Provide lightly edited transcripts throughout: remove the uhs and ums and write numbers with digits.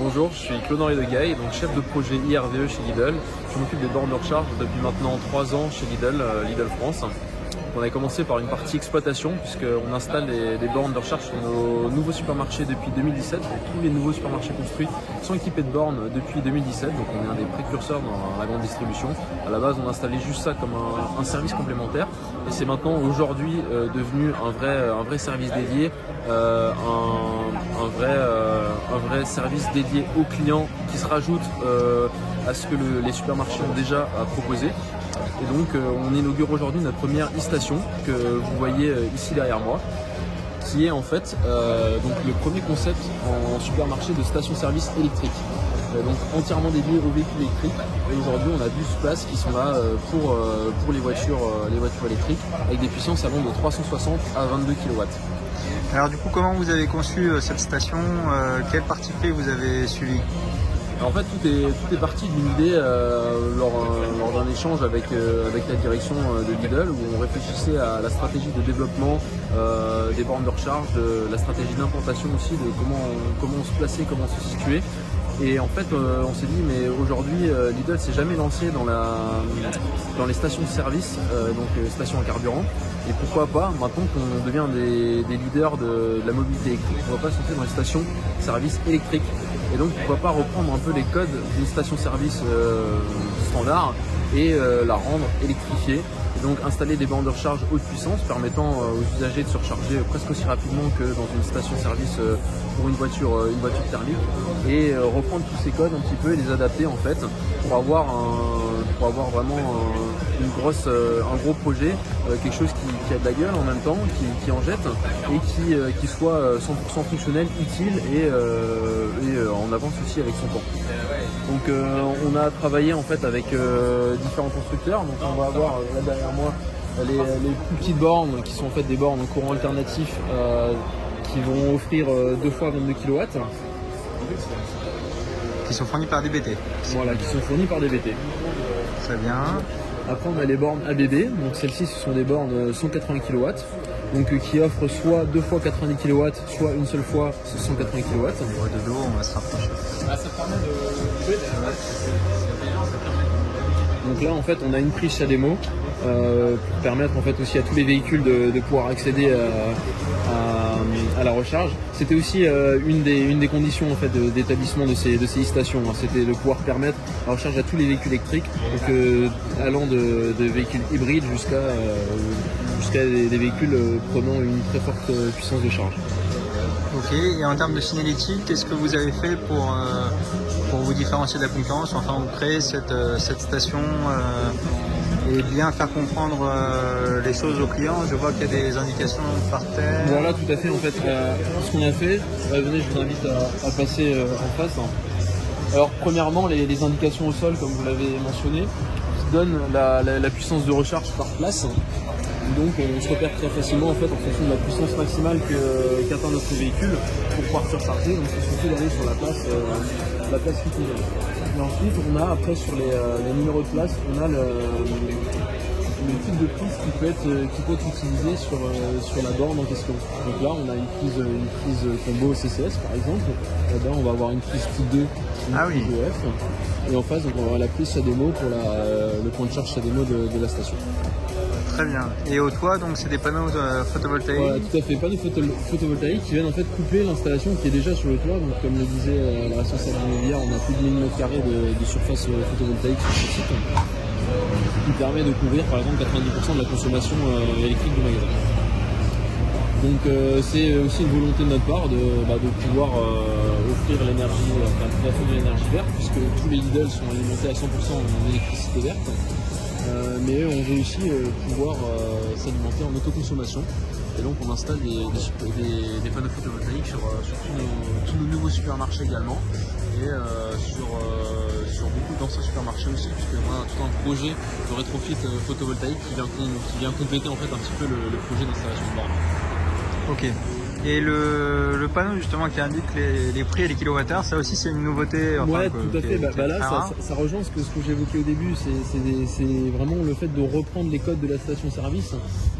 Bonjour, je suis Claude-Henri Degaille, donc chef de projet IRVE chez Lidl. Je m'occupe des bornes de recharge depuis maintenant 3 ans chez Lidl, Lidl France. On a commencé par une partie exploitation puisqu'on installe des bornes de recharge sur nos nouveaux supermarchés depuis 2017. Donc, tous les nouveaux supermarchés construits sont équipés de bornes depuis 2017, donc on est un des précurseurs dans la grande distribution. À la base, on installait juste ça comme un service complémentaire et c'est maintenant aujourd'hui devenu un vrai service dédié, un vrai service dédié aux clients qui se rajoute à ce que les supermarchés ont déjà à proposer. Et donc on inaugure aujourd'hui notre première e-station que vous voyez ici derrière moi, qui est en fait donc le premier concept en supermarché de station-service électrique. Donc entièrement dédié aux véhicules électriques. Et aujourd'hui on a 12 places qui sont là pour les voitures électriques avec des puissances allant de 360 à 22 kW. Alors du coup, comment vous avez conçu cette station, quelle partie clé vous avez suivi? En fait, tout est parti d'une idée lors d'un échange avec la direction de Lidl où on réfléchissait à la stratégie de développement des bornes de recharge, la stratégie d'implantation aussi, de comment se placer, comment se situer. Et en fait, on s'est dit, mais aujourd'hui, Lidl s'est jamais lancé dans les stations de service, donc stations à carburant. Et pourquoi pas, maintenant qu'on devient des leaders de la mobilité électrique, pourquoi pas se lancer dans les stations de service électriques. Et donc pourquoi pas reprendre un peu les codes d'une station-service standard et la rendre électrifiée. Et donc installer des bornes de recharge haute puissance permettant aux usagers de se recharger presque aussi rapidement que dans une station-service pour une voiture thermique. Et reprendre tous ces codes un petit peu et les adapter en fait pour avoir vraiment un gros projet, quelque chose qui a de la gueule en même temps, qui en jette et qui soit 100% fonctionnel, utile et en avance aussi avec son temps. Donc on a travaillé en fait avec différents constructeurs. Donc on va avoir là derrière moi les plus petites bornes qui sont en fait des bornes en courant alternatif qui vont offrir 2 fois 22 kW. Qui sont fournis par DBT. Voilà, qui sont fournis par DBT. Très bien. Après on a les bornes ABB, donc celles-ci ce sont des bornes 180 kW, donc qui offrent soit 2 fois 90 kW, soit une seule fois 180 kW. De l'eau, on va se rapprocher. Ça permet de... Donc là en fait on a une prise CHAdeMO pour permettre en fait aussi à tous les véhicules de pouvoir accéder à la recharge. C'était aussi une des conditions en fait d'établissement de ces e-stations. C'était de pouvoir permettre la recharge à tous les véhicules électriques, donc allant de véhicules hybrides jusqu'à des véhicules prenant une très forte puissance de charge. Ok, et en termes de signalétique, qu'est-ce que vous avez fait pour vous différencier de la concurrence, enfin vous créer cette station et bien faire comprendre les choses aux clients? Je vois qu'il y a des indications par terre. Voilà, tout à fait. En fait, ce qu'on a fait, venez, je vous invite à passer en face. Alors, premièrement, les indications au sol, comme vous l'avez mentionné, qui donnent la puissance de recharge par place. Donc, on se repère très facilement en fait en fonction de la puissance maximale qu'atteint notre véhicule pour pouvoir se recharger. Donc, c'est surtout d'aller sur la place qui convient. Et ensuite, on a après sur les numéros de place, on a le type de prise qui peut être utilisé sur la borne en question. Donc là, on a une prise combo CCS par exemple. Là-bas, on va avoir une prise type 2, prise EF. Et en face, donc, on va avoir la prise CHAdeMO pour le point de charge CHAdeMO de la station. Très bien. Et au toit, donc c'est des panneaux photovoltaïques? Voilà, tout à fait. Panneaux photovoltaïques qui viennent en fait couper l'installation qui est déjà sur le toit. Donc comme le disait la responsable immobilière, on a plus de 1000 m² de surface photovoltaïque sur ce site, qui permet de couvrir par exemple 90% de la consommation électrique du magasin. Donc c'est aussi une volonté de notre part de pouvoir offrir l'énergie, de l'énergie verte, puisque tous les Lidl sont alimentés à 100% en électricité verte. Mais on veut aussi pouvoir s'alimenter en autoconsommation. Et donc on installe des panneaux photovoltaïques sur tous nos nouveaux supermarchés également. Et sur beaucoup d'anciens supermarchés aussi, puisqu'on a tout un projet de rétrofit photovoltaïque qui vient compléter en fait un petit peu le projet d'installation de borne. Ok. Et le panneau justement qui indique les prix et les kilowattheures, ça aussi c'est une nouveauté. Enfin, ouais, tout à fait. Là, ça rejoint ce que j'évoquais au début. C'est vraiment le fait de reprendre les codes de la station-service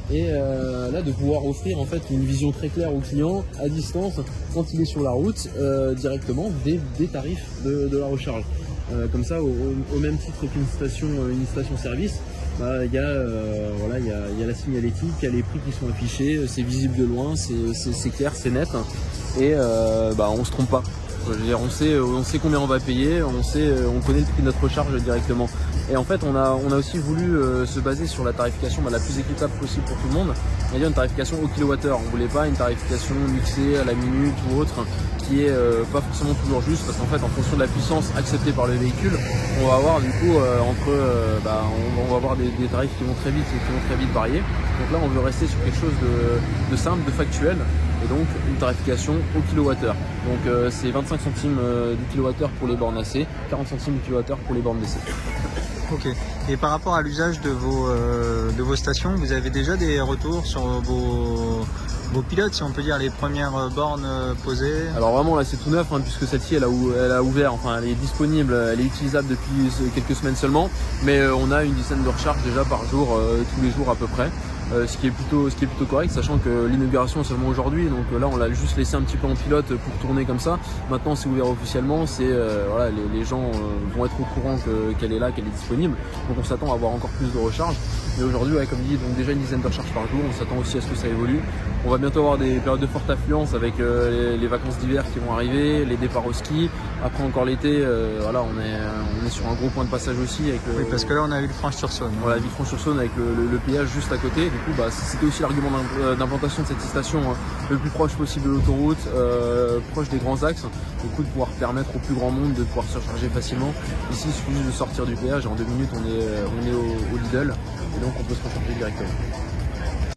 et là de pouvoir offrir en fait une vision très claire au client à distance quand il est sur la route directement des tarifs de la recharge. Comme ça, au même titre qu'une station service, il y a la signalétique, il y a les prix qui sont affichés, c'est visible de loin, c'est clair, c'est net, et on se trompe pas. Je veux dire, on sait combien on va payer, on connaît le prix de notre recharge directement. Et en fait, on a aussi voulu se baser sur la tarification la plus équitable possible pour tout le monde, c'est-à-dire une tarification au kilowattheure. On voulait pas une tarification mixée à la minute ou autre, qui est pas forcément toujours juste, parce qu'en fait, en fonction de la puissance acceptée par le véhicule, on va avoir du coup on va avoir des tarifs qui vont très vite varier. Donc là, on veut rester sur quelque chose de simple, de factuel, et donc une tarification au kilowattheure. Donc c'est 25 centimes du kilowattheure pour les bornes AC, 40 centimes du kilowattheure pour les bornes DC. Ok. Et par rapport à l'usage de vos stations, vous avez déjà des retours sur vos pilotes, si on peut dire, les premières bornes posées? Alors vraiment là c'est tout neuf, puisque celle-ci elle a ouvert, enfin elle est disponible, elle est utilisable depuis quelques semaines seulement, mais on a une dizaine de recharges déjà par jour, tous les jours à peu près. Ce qui est plutôt correct, sachant que l'inauguration est seulement aujourd'hui, donc là on l'a juste laissé un petit peu en pilote pour tourner comme ça. Maintenant c'est ouvert officiellement, les gens vont être au courant qu'elle est là, qu'elle est disponible, donc on s'attend à avoir encore plus de recharges. Mais aujourd'hui, comme dit, donc déjà une dizaine de recharges par jour, on s'attend aussi à ce que ça évolue. On va bientôt avoir des périodes de forte affluence avec les vacances d'hiver qui vont arriver, les départs au ski. Après encore l'été, on est sur un gros point de passage aussi. Oui, parce que là on a eu le Franche-sur-Saône. Voilà, Villefranche-sur-Saône avec le péage juste à côté. Du coup, c'était aussi l'argument d'implantation de cette station le plus proche possible de l'autoroute, proche des grands axes. Du coup, de pouvoir permettre au plus grand monde de pouvoir se recharger facilement. Ici, il suffit juste de sortir du péage et en 2 minutes, on est au Lidl. Et donc on peut se recharger directement.